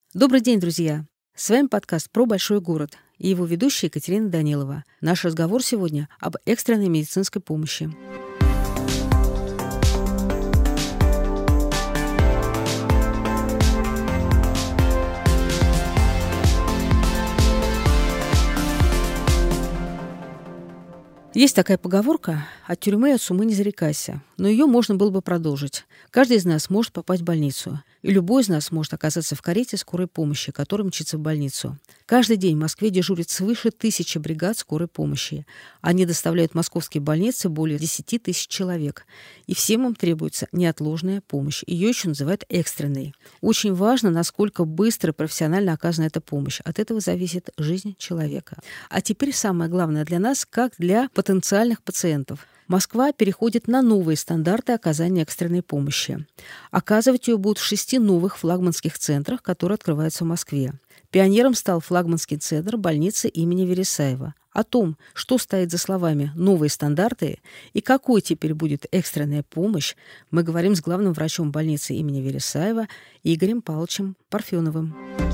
Добрый день, друзья! С вами подкаст про большой город и его ведущая Екатерина Данилова. Наш разговор сегодня об экстренной медицинской помощи. Есть такая поговорка: от тюрьмы и от сумы не зарекайся, но ее можно было бы продолжить. Каждый из нас может попасть в больницу, и любой из нас может оказаться в карете скорой помощи, которая мчится в больницу. Каждый день в Москве дежурит свыше 1000 бригад скорой помощи. Они доставляют в московские больницы более 10 тысяч человек. И всем им требуется неотложная помощь. Ее еще называют экстренной. Очень важно, насколько быстро и профессионально оказана эта помощь. От этого зависит жизнь человека. А теперь самое главное для нас, как для потенциальных пациентов. Москва переходит на новые стандарты оказания экстренной помощи. Оказывать ее будут в 6 новых флагманских центрах, которые открываются в Москве. Пионером стал флагманский центр больницы имени Вересаева. О том, что стоит за словами «новые стандарты» и какой теперь будет экстренная помощь, мы говорим с главным врачом больницы имени Вересаева Игорем Павловичем Парфеновым.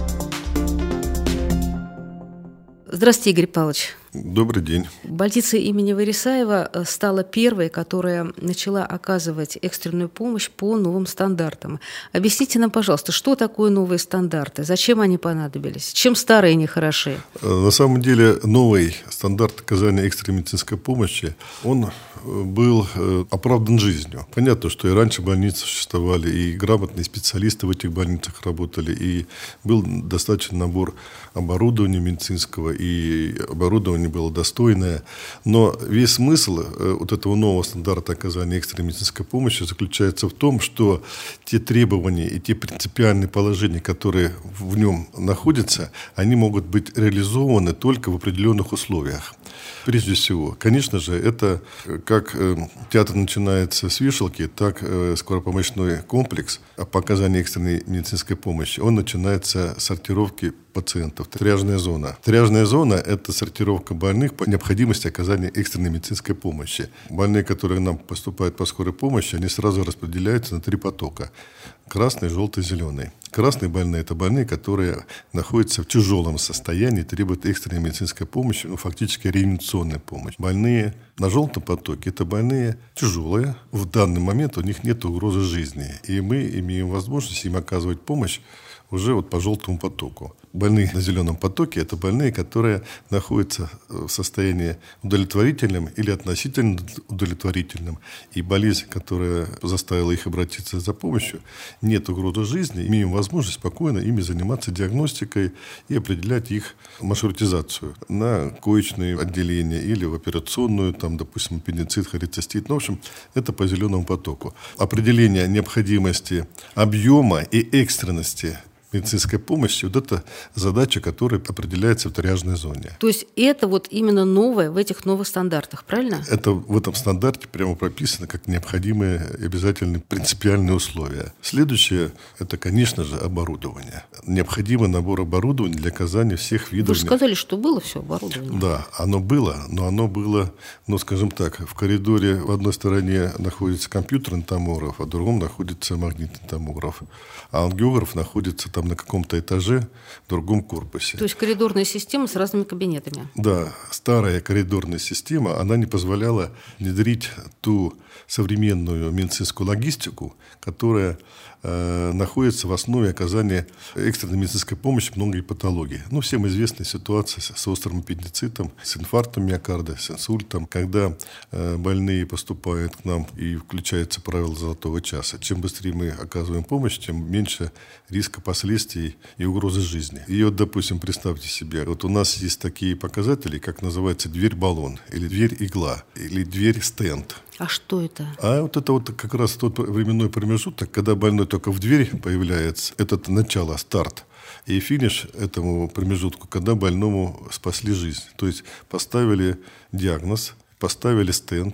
Здравствуйте, Игорь Павлович. Добрый день. Больница имени Вересаева стала первой, которая начала оказывать экстренную помощь по новым стандартам. Объясните нам, пожалуйста, что такое новые стандарты, зачем они понадобились, чем старые не хороши? На самом деле новый стандарт оказания экстренной медицинской помощи, он был оправдан жизнью. Понятно, что и раньше больницы существовали, и грамотные специалисты в этих больницах работали, и был достаточный набор оборудования медицинского, и оборудование было достойное. Но весь смысл вот этого нового стандарта оказания экстренной медицинской помощи заключается в том, что те требования и те принципиальные положения, которые в нем находятся, они могут быть реализованы только в определенных условиях. Прежде всего, конечно же, это как театр начинается с вешалки, так скоропомощной комплекс по оказанию экстренной медицинской помощи, он начинается с сортировки пациентов. Триажная зона. Триажная зона – это сортировка больных по необходимости оказания экстренной медицинской помощи. Больные, которые к нам поступают по скорой помощи, они сразу распределяются на 3 потока. Красный, желтый, зеленый. Красные больные – это больные, которые находятся в тяжелом состоянии, требуют экстренной медицинской помощи, фактически реанимационной помощи. Больные на желтом потоке – это больные тяжелые. В данный момент у них нет угрозы жизни. И мы имеем возможность им оказывать помощь уже по желтому потоку. Больные на зеленом потоке – это больные, которые находятся в состоянии удовлетворительном или относительно удовлетворительном. И болезнь, которая заставила их обратиться за помощью, нет угрозы жизни, имеем возможность спокойно ими заниматься диагностикой и определять их маршрутизацию на коечные отделения или в операционную, допустим, аппендицит, холецистит. В общем, это по зеленому потоку. Определение необходимости объема и экстренности медицинской помощи, это задача, которая определяется в триажной зоне. То есть это именно новое в этих новых стандартах, правильно? Это в этом стандарте прямо прописано как необходимые и обязательные принципиальные условия. Следующее – это, конечно же, оборудование. Необходимый набор оборудования для оказания всех видов. Вы же сказали, что было все оборудование. Да, оно было, но оно было, скажем так, в коридоре в одной стороне находится компьютерный томограф, а в другом находится магнитный томограф. А ангиограф находится на каком-то этаже в другом корпусе. То есть коридорная система с разными кабинетами. Да, старая коридорная система, она не позволяла внедрить ту современную медицинскую логистику, которая находится в основе оказания экстренной медицинской помощи в многих патологий. Всем известна ситуация с острым аппендицитом, с инфарктом миокарда, с инсультом, когда больные поступают к нам и включается правило золотого часа. Чем быстрее мы оказываем помощь, тем меньше риска последствий и угрозы жизни. И допустим, представьте себе, у нас есть такие показатели, как называется дверь-баллон, или дверь-игла, или дверь-стенд. А что это? А это как раз тот временной промежуток, когда больной только в дверь появляется. Это начало, старт. И финиш этому промежутку, когда больному спасли жизнь. То есть поставили диагноз, поставили стенд,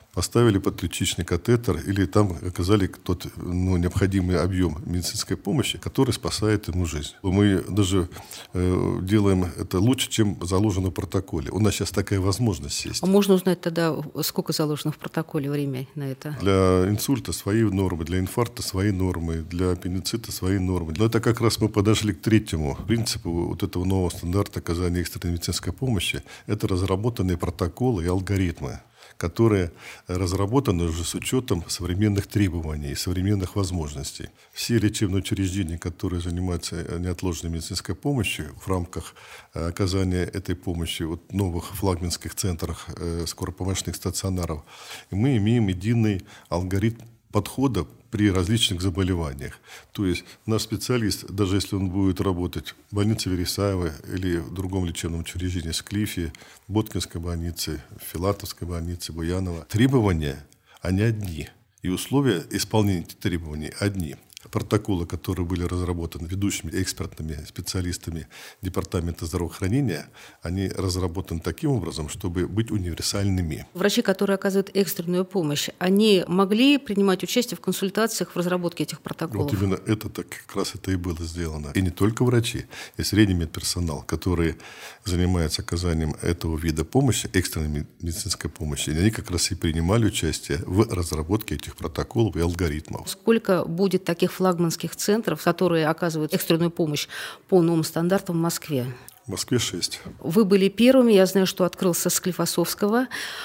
поставили подключичный катетер или там оказали тот необходимый объем медицинской помощи, который спасает ему жизнь. Мы даже делаем это лучше, чем заложено в протоколе. У нас сейчас такая возможность есть. А можно узнать тогда, сколько заложено в протоколе время на это? Для инсульта свои нормы, для инфаркта свои нормы, для аппендицита свои нормы. Но это как раз мы подошли к третьему принципу вот этого нового стандарта оказания экстренной медицинской помощи. Это разработанные протоколы и алгоритмы, которые разработаны уже с учетом современных требований и современных возможностей. Все лечебные учреждения, которые занимаются неотложной медицинской помощью в рамках оказания этой помощи в новых флагманских центрах скоропомощных стационаров, мы имеем единый алгоритм подхода при различных заболеваниях. То есть наш специалист, даже если он будет работать в больнице Вересаева или в другом лечебном учреждении, Склифе, Боткинской больнице, Филатовской больнице, Буянова, требования, они одни. И условия исполнения этих требований одни. Протоколы, которые были разработаны ведущими экспертными специалистами Департамента здравоохранения, они разработаны таким образом, чтобы быть универсальными. Врачи, которые оказывают экстренную помощь, они могли принимать участие в консультациях в разработке этих протоколов? Вот именно это как раз это и было сделано. И не только врачи, и средний медперсонал, которые занимаются оказанием этого вида помощи, экстренной медицинской помощи, они как раз и принимали участие в разработке этих протоколов и алгоритмов. Сколько будет таких флагманских центров, которые оказывают экстренную помощь по новым стандартам в Москве? В Москве 6. Вы были первыми, я знаю, что открылся Склифосовского.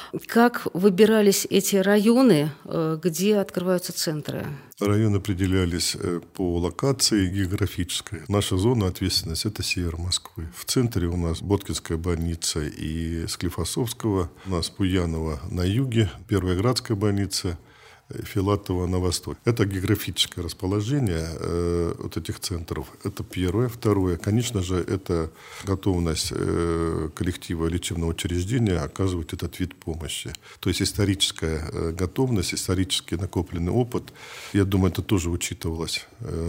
Как выбирались эти районы, где открываются центры? Районы определялись по локации географической. Наша зона ответственности – это север Москвы. В центре у нас Боткинская больница и Склифосовского. У нас Буянова на юге, Первая Градская больница, Филатова на восток. Это географическое расположение вот этих центров. Это первое. Второе, конечно же, это готовность коллектива лечебного учреждения оказывать этот вид помощи. То есть историческая готовность, исторически накопленный опыт. Я думаю, это тоже учитывалось,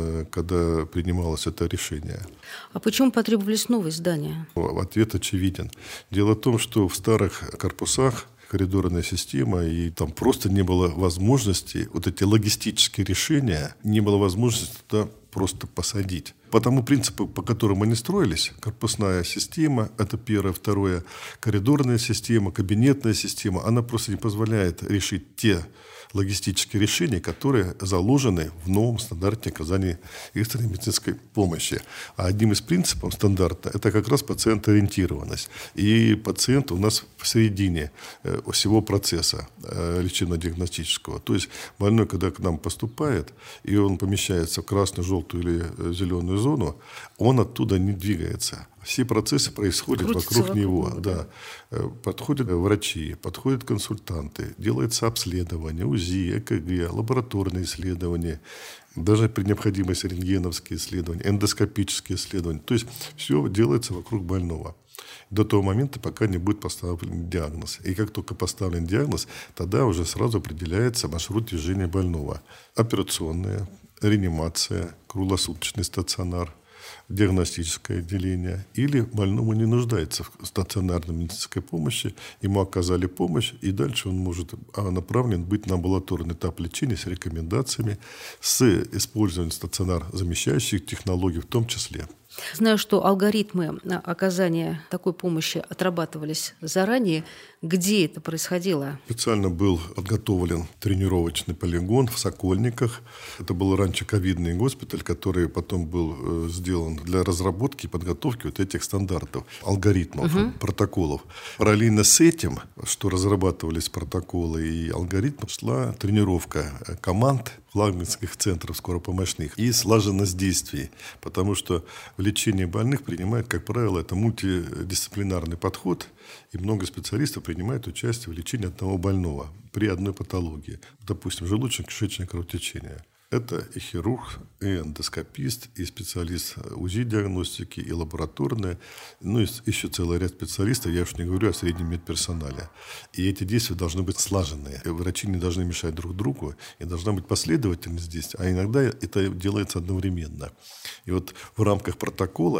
когда принималось это решение. А почему потребовались новые здания? Ответ очевиден. Дело в том, что в старых корпусах коридорная система, и там просто не было возможности, вот эти логистические решения, не было возможности туда просто посадить. По тому принципу, по которому они строились, корпусная система, это первое, второе, коридорная система, кабинетная система, она просто не позволяет решить те логистические решения, которые заложены в новом стандарте оказания экстренной медицинской помощи. А одним из принципов стандарта это как раз пациентоориентированность. И пациент у нас в середине всего процесса лечебно-диагностического. То есть больной, когда к нам поступает, и он помещается в красную, желтую или зеленую зону, он оттуда не двигается. Все процессы происходят вокруг него. Да. Подходят врачи, подходят консультанты, делается обследование, УЗИ, ЭКГ, лабораторные исследования, даже при необходимости рентгеновские исследования, эндоскопические исследования. То есть все делается вокруг больного. До того момента, пока не будет поставлен диагноз. И как только поставлен диагноз, тогда уже сразу определяется маршрут движения больного. Операционная, реанимация, круглосуточный стационар, диагностическое отделение, или больному не нуждается в стационарной медицинской помощи, ему оказали помощь, и дальше он может направлен быть на амбулаторный этап лечения с рекомендациями, с использованием стационар замещающих технологий в том числе. Знаю, что алгоритмы оказания такой помощи отрабатывались заранее. Где это происходило? Специально был подготовлен тренировочный полигон в Сокольниках. Это был раньше ковидный госпиталь, который потом был сделан для разработки и подготовки вот этих стандартов, алгоритмов, протоколов. Параллельно с этим, что разрабатывались протоколы и алгоритмы, шла тренировка команд флагманских центров скоропомощных и слаженность действий, потому что в лечении больных принимает, как правило, это мультидисциплинарный подход, и много специалистов принимает участие в лечении одного больного при одной патологии, допустим, желудочно-кишечное кровотечение. Это и хирург, и эндоскопист, и специалист УЗИ-диагностики, и лабораторная, ну и еще целый ряд специалистов, я уж не говорю о среднем медперсонале. И эти действия должны быть слаженные. Врачи не должны мешать друг другу, и должна быть последовательность действий, а иногда это делается одновременно. И вот в рамках протокола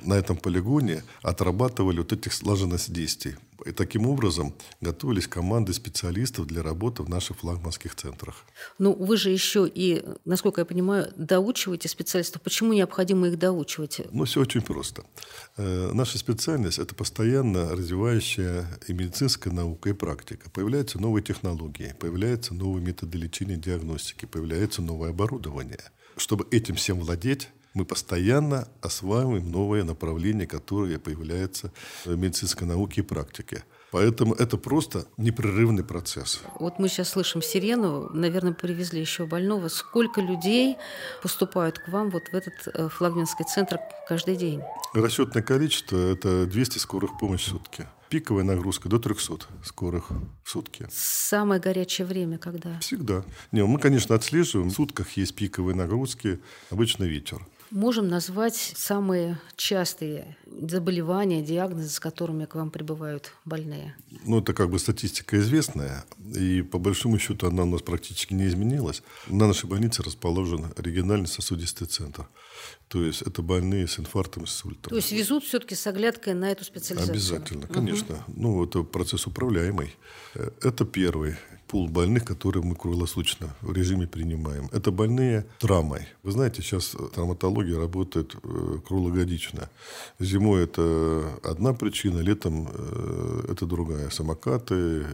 на этом полигоне отрабатывали вот этих слаженность действий. И таким образом готовились команды специалистов для работы в наших флагманских центрах. Ну, вы же еще и, насколько я понимаю, доучиваете специалистов. Почему необходимо их доучивать? Ну, все очень просто. Наша специальность – это постоянно развивающая и медицинская наука, и практика. Появляются новые технологии, появляются новые методы лечения и диагностики, появляется новое оборудование. Чтобы этим всем владеть, мы постоянно осваиваем новые направления, которые появляются в медицинской науке и практике. Поэтому это просто непрерывный процесс. Вот мы сейчас слышим сирену, наверное, привезли еще больного. Сколько людей поступают к вам вот в этот флагманский центр каждый день? Расчетное количество – это 200 скорых помощи в сутки. Пиковая нагрузка до 300 скорых в сутки. Самое горячее время когда? Всегда. Мы, конечно, отслеживаем. В сутках есть пиковые нагрузки, обычно вечер. Можем назвать самые частые заболевания, диагнозы, с которыми к вам прибывают больные? Это как бы статистика известная, и по большому счету она у нас практически не изменилась. На нашей больнице расположен региональный сосудистый центр. То есть это больные с инфарктом и с инсультом. То есть везут все-таки с оглядкой на эту специализацию? Обязательно, конечно. Это процесс управляемый. Это первый пул больных, которые мы круглосуточно в режиме принимаем. Это больные травмой. Вы знаете, сейчас травматология работает круглогодично. Зимой это одна причина, летом это другая. Самокаты,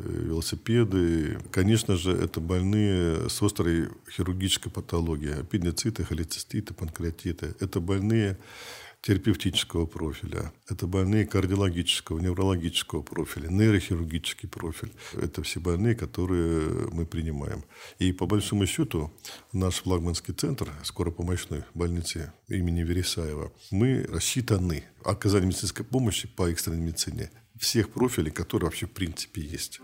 велосипеды. Конечно же, это больные с острой хирургической патологией. Аппендициты, холециститы, панкреатиты. Это больные терапевтического профиля. Это больные кардиологического, неврологического профиля, нейрохирургический профиль. Это все больные, которые мы принимаем. И по большому счету наш флагманский центр скоропомощной больницы имени Вересаева, мы рассчитаны оказание медицинской помощи по экстренной медицине всех профилей, которые вообще в принципе есть.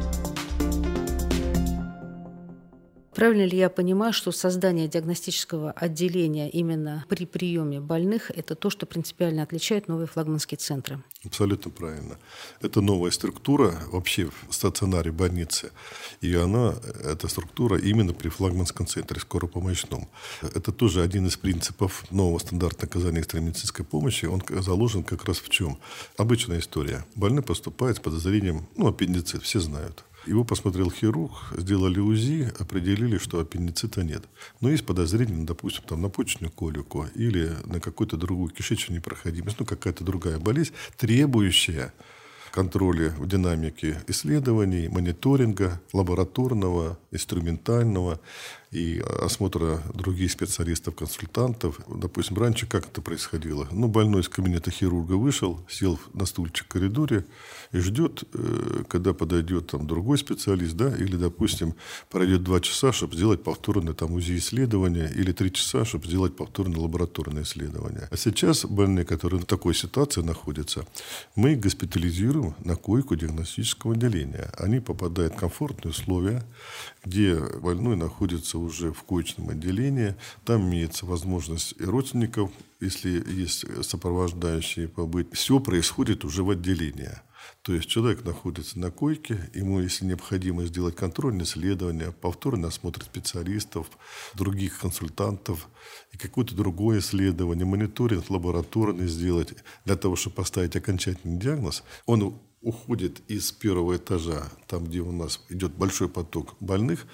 Правильно ли я понимаю, что создание диагностического отделения именно при приеме больных – это то, что принципиально отличает новые флагманские центры? Абсолютно правильно. Это новая структура вообще в стационаре больницы. И эта структура именно при флагманском центре скоропомощном. Это тоже один из принципов нового стандарта оказания экстренной медицинской помощи. Он заложен как раз в чем? Обычная история. Больной поступает с подозрением, аппендицит, все знают. Его посмотрел хирург, сделали УЗИ, определили, что аппендицита нет. Но есть подозрение, допустим, на почечную колику или на какую-то другую кишечную непроходимость, какая-то другая болезнь, требующая контроля в динамике исследований, мониторинга, лабораторного, инструментального и осмотра других специалистов-консультантов. Допустим, раньше как это происходило? Больной из кабинета хирурга вышел, сел на стульчик в коридоре и ждет, когда подойдет другой специалист, или, допустим, пройдет 2 часа, чтобы сделать повторное УЗИ-исследование, или 3 часа, чтобы сделать повторное лабораторное исследование. А сейчас больные, которые в такой ситуации находятся, мы их госпитализируем на койку диагностического отделения. Они попадают в комфортные условия, где больной находится уже в коечном отделении. Там имеется возможность и родственников, если есть сопровождающие, побыть. Все происходит уже в отделении. То есть человек находится на койке, ему, если необходимо, сделать контрольное исследование, повторный осмотр специалистов, других консультантов и какое-то другое исследование, мониторинг лабораторный сделать для того, чтобы поставить окончательный диагноз, он уходит из первого этажа, там, где у нас идет большой поток больных,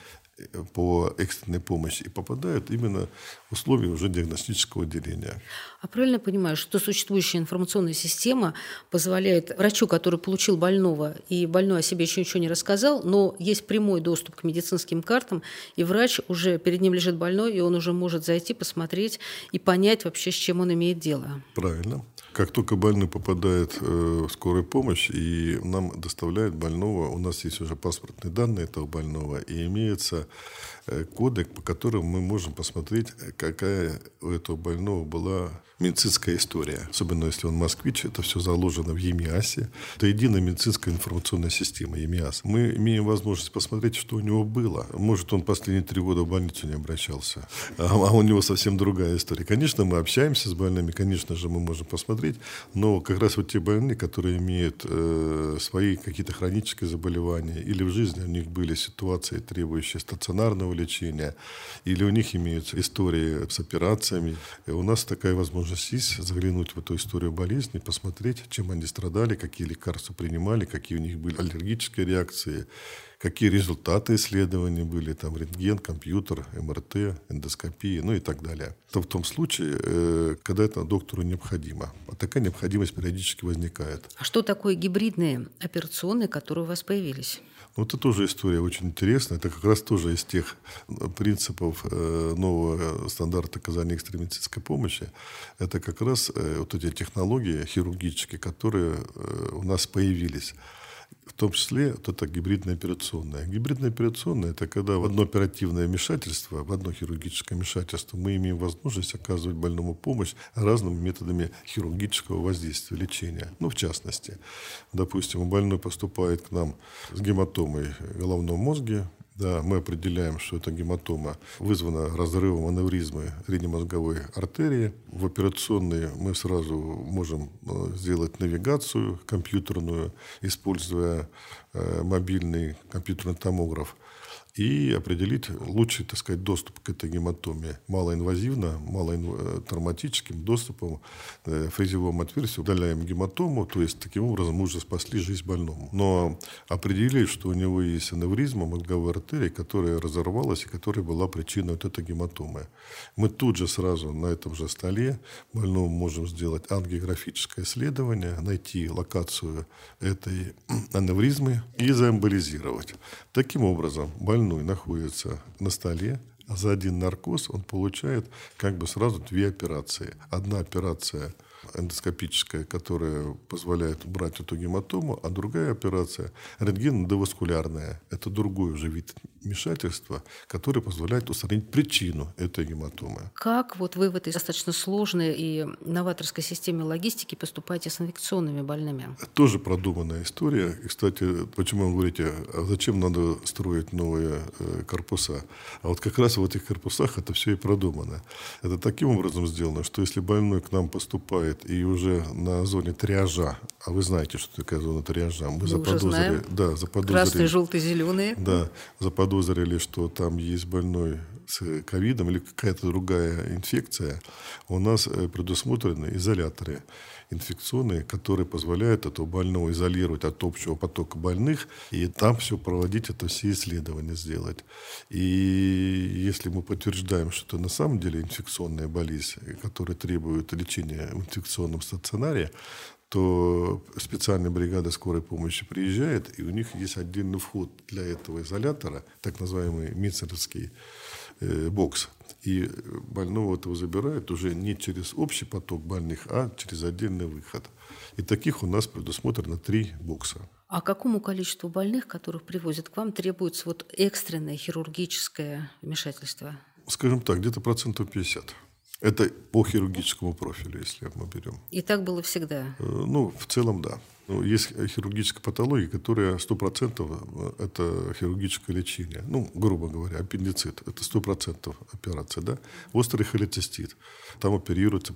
по экстренной помощи и попадают именно в условия уже диагностического отделения. А правильно я понимаю, что существующая информационная система позволяет врачу, который получил больного, и больной о себе еще ничего не рассказал, но есть прямой доступ к медицинским картам, и врач уже, перед ним лежит больной, и он уже может зайти, посмотреть и понять вообще, с чем он имеет дело? Правильно. Как только больной попадает в скорую помощь и нам доставляют больного, у нас есть уже паспортные данные этого больного и имеется кодек, по которому мы можем посмотреть, какая у этого больного была медицинская история. Особенно если он москвич, это все заложено в ЕМИАСе. Это единая медицинская информационная система ЕМИАС. Мы имеем возможность посмотреть, что у него было. Может, он последние 3 года в больницу не обращался, а у него совсем другая история. Конечно, мы общаемся с больными, конечно же, мы можем посмотреть, но как раз те больные, которые имеют свои какие-то хронические заболевания или в жизни у них были ситуации, требующие стационарного лечения, или у них имеются истории с операциями. И у нас такая возможность есть заглянуть в эту историю болезни, посмотреть, чем они страдали, какие лекарства принимали, какие у них были аллергические реакции, какие результаты исследований были, там рентген, компьютер, МРТ, эндоскопия, ну и так далее. Это в том случае, когда это доктору необходимо. А такая необходимость периодически возникает. А что такое гибридные операционные, которые у вас появились? Ну, это тоже история очень интересная. Это как раз тоже из тех принципов нового стандарта оказания экстремедицинской помощи. Это как раз вот эти технологии хирургические, которые у нас появились. В том числе вот это гибридная операционная. Гибридная операционная – это когда в одно оперативное вмешательство, в одно хирургическое вмешательство мы имеем возможность оказывать больному помощь разными методами хирургического воздействия, лечения. Ну, в частности, допустим, больной поступает к нам с гематомой головного мозга. Да, мы определяем, что эта гематома вызвана разрывом аневризмы среднемозговой артерии. В операционной мы сразу можем сделать навигацию компьютерную, используя мобильный компьютерный томограф, и определить лучший, так сказать, доступ к этой гематоме. Малоинвазивно, малотравматическим доступом в фрезевом отверстии удаляем гематому, то есть таким образом мы уже спасли жизнь больному. Но определили, что у него есть аневризма мозговой артерии, которая разорвалась и которая была причиной вот этой гематомы. Мы тут же сразу на этом же столе больному можем сделать ангиографическое исследование, найти локацию этой аневризмы и заэмболизировать. Таким образом, больной находится на столе, а за один наркоз он получает как бы сразу две операции. Одна операция эндоскопическая, которая позволяет убрать эту гематому, а другая операция рентгенно-эндоваскулярная. Это другой уже вид вмешательства, который позволяет устранить причину этой гематомы. Как вот вы в этой достаточно сложной и новаторской системе логистики поступаете с инфекционными больными? Это тоже продуманная история. И, кстати, почему вы говорите, а зачем надо строить новые корпуса? А вот как раз в этих корпусах это все и продумано. Это таким образом сделано, что если больной к нам поступает и уже на зоне триажа, а вы знаете, что такая зона триажа, мы заподозрили, красные, желтые, зеленые. Да, заподозрили, что там есть больной с ковидом или какая-то другая инфекция, у нас предусмотрены изоляторы инфекционные, которые позволяют этого больного изолировать от общего потока больных, и там все проводить, это все исследования сделать. И если мы подтверждаем, что это на самом деле инфекционная болезнь, которая требует лечения в инфекционном стационаре, то специальная бригада скорой помощи приезжает, и у них есть отдельный вход для этого изолятора, так называемый мицеровский бокс. И больного этого забирают уже не через общий поток больных, а через отдельный выход. И таких у нас предусмотрено 3 бокса. А какому количеству больных, которых привозят к вам, требуется вот экстренное хирургическое вмешательство? Скажем так, где-то 50%. Это по хирургическому профилю, если мы берем. И так было всегда? Ну, в целом, да. Есть хирургическая патология, которая 100% это хирургическое лечение. Ну, грубо говоря, аппендицит – это 100% операция, да? Острый холецистит – там оперируется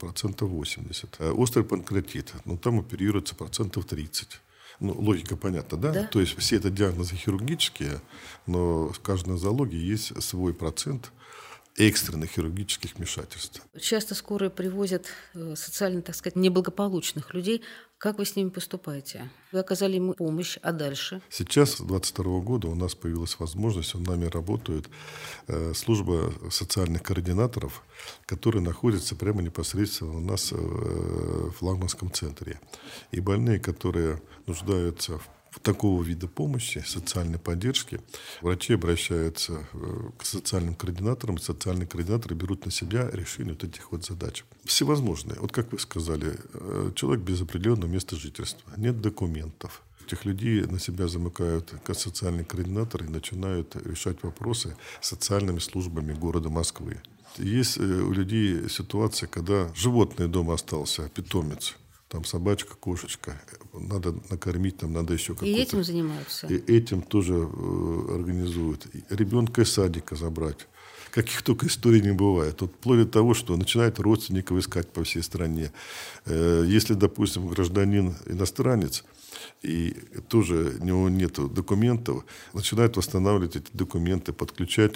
80%. Острый панкреатит – там оперируется 30%. Ну, логика понятна, да? Да. То есть все это диагнозы хирургические, но в каждой нозологии есть свой процент экстренных хирургических вмешательств. Часто скорые привозят социально, так сказать, неблагополучных людей. Как вы с ними поступаете? Вы оказали ему помощь, а дальше? Сейчас, с 2022 года, у нас появилась возможность, с нами работает служба социальных координаторов, которые находятся прямо непосредственно у нас в флагманском центре. И больные, которые нуждаются в такого вида помощи, социальной поддержки, врачи обращаются к социальным координаторам, и социальные координаторы берут на себя решение вот этих вот задач. Всевозможные. Вот как вы сказали, человек без определенного места жительства, нет документов. Этих людей на себя замыкают социальные координаторы и начинают решать вопросы с социальными службами города Москвы. Есть у людей ситуация, когда животное дома остался, питомец. Там собачка, кошечка, надо накормить, там надо еще какую-то... И этим занимаются? И этим тоже организуют. Ребенка из садика забрать. каких только историй не бывает. Вот вплоть до того, что начинают родственников искать по всей стране. Если, допустим, гражданин иностранец, и тоже у него нет документов, начинают восстанавливать эти документы, подключать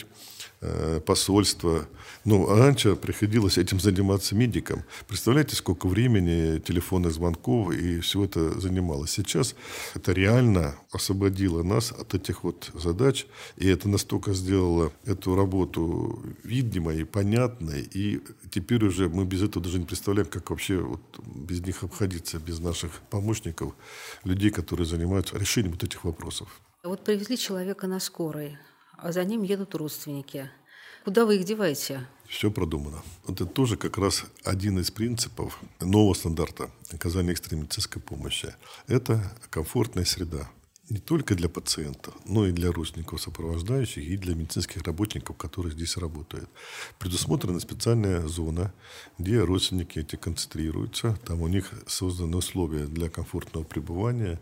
посольство. Ну, а раньше приходилось этим заниматься медикам. Представляете, сколько времени, телефонных звонков и все это занималось. Сейчас это реально освободило нас от этих вот задач, и это настолько сделало эту работу видимой и понятной, и теперь уже мы без этого даже не представляем, как вообще вот без них обходиться, без наших помощников, людей, которые занимаются решением вот этих вопросов. Вот привезли человека на скорой, а за ним едут родственники. Куда вы их деваете? Все продумано. Это тоже как раз один из принципов нового стандарта оказания экстренной медицинской помощи. Это комфортная среда. Не только для пациентов, но и для родственников сопровождающих и для медицинских работников, которые здесь работают. Предусмотрена специальная зона, где родственники эти концентрируются. Там у них созданы условия для комфортного пребывания.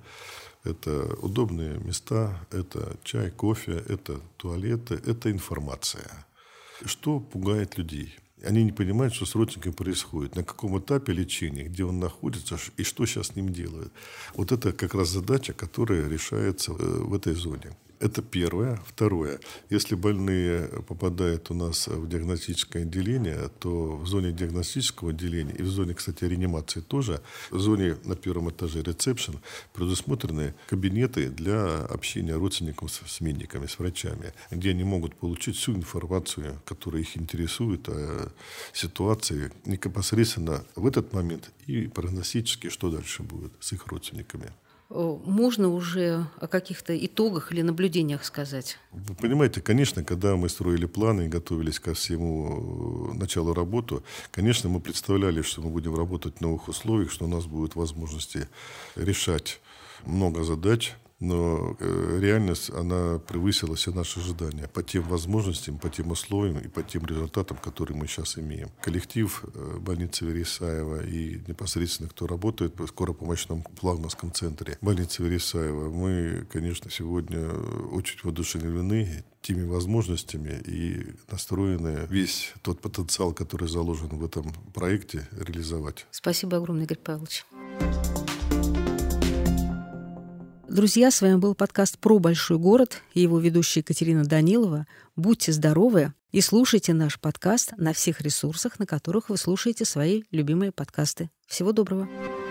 Это удобные места, это чай, кофе, это туалеты, это информация. Что пугает людей? Они не понимают, что с родственником происходит, на каком этапе лечения, где он находится и что сейчас с ним делают. Вот это как раз задача, которая решается в этой зоне. Это первое. Второе. Если больные попадают у нас в диагностическое отделение, то в зоне диагностического отделения и в зоне, кстати, реанимации тоже, в зоне на первом этаже ресепшн предусмотрены кабинеты для общения родственников с медиками, с врачами, где они могут получить всю информацию, которая их интересует о ситуации непосредственно в этот момент и прогностически, что дальше будет с их родственниками. Можно уже о каких-то итогах или наблюдениях сказать? Вы понимаете, конечно, когда мы строили планы и готовились ко всему началу работы, конечно, мы представляли, что мы будем работать в новых условиях, что у нас будут возможности решать много задач, но реальность, она превысила все наши ожидания по тем возможностям, по тем условиям и по тем результатам, которые мы сейчас имеем. Коллектив больницы Вересаева и непосредственно, кто работает в скоропомощном флагманском центре больницы Вересаева, мы, конечно, сегодня очень воодушевлены теми возможностями и настроены весь тот потенциал, который заложен в этом проекте, реализовать. Спасибо огромное, Игорь Павлович. Друзья, с вами был подкаст «Про большой город» и его ведущая Екатерина Данилова. Будьте здоровы и слушайте наш подкаст на всех ресурсах, на которых вы слушаете свои любимые подкасты. Всего доброго!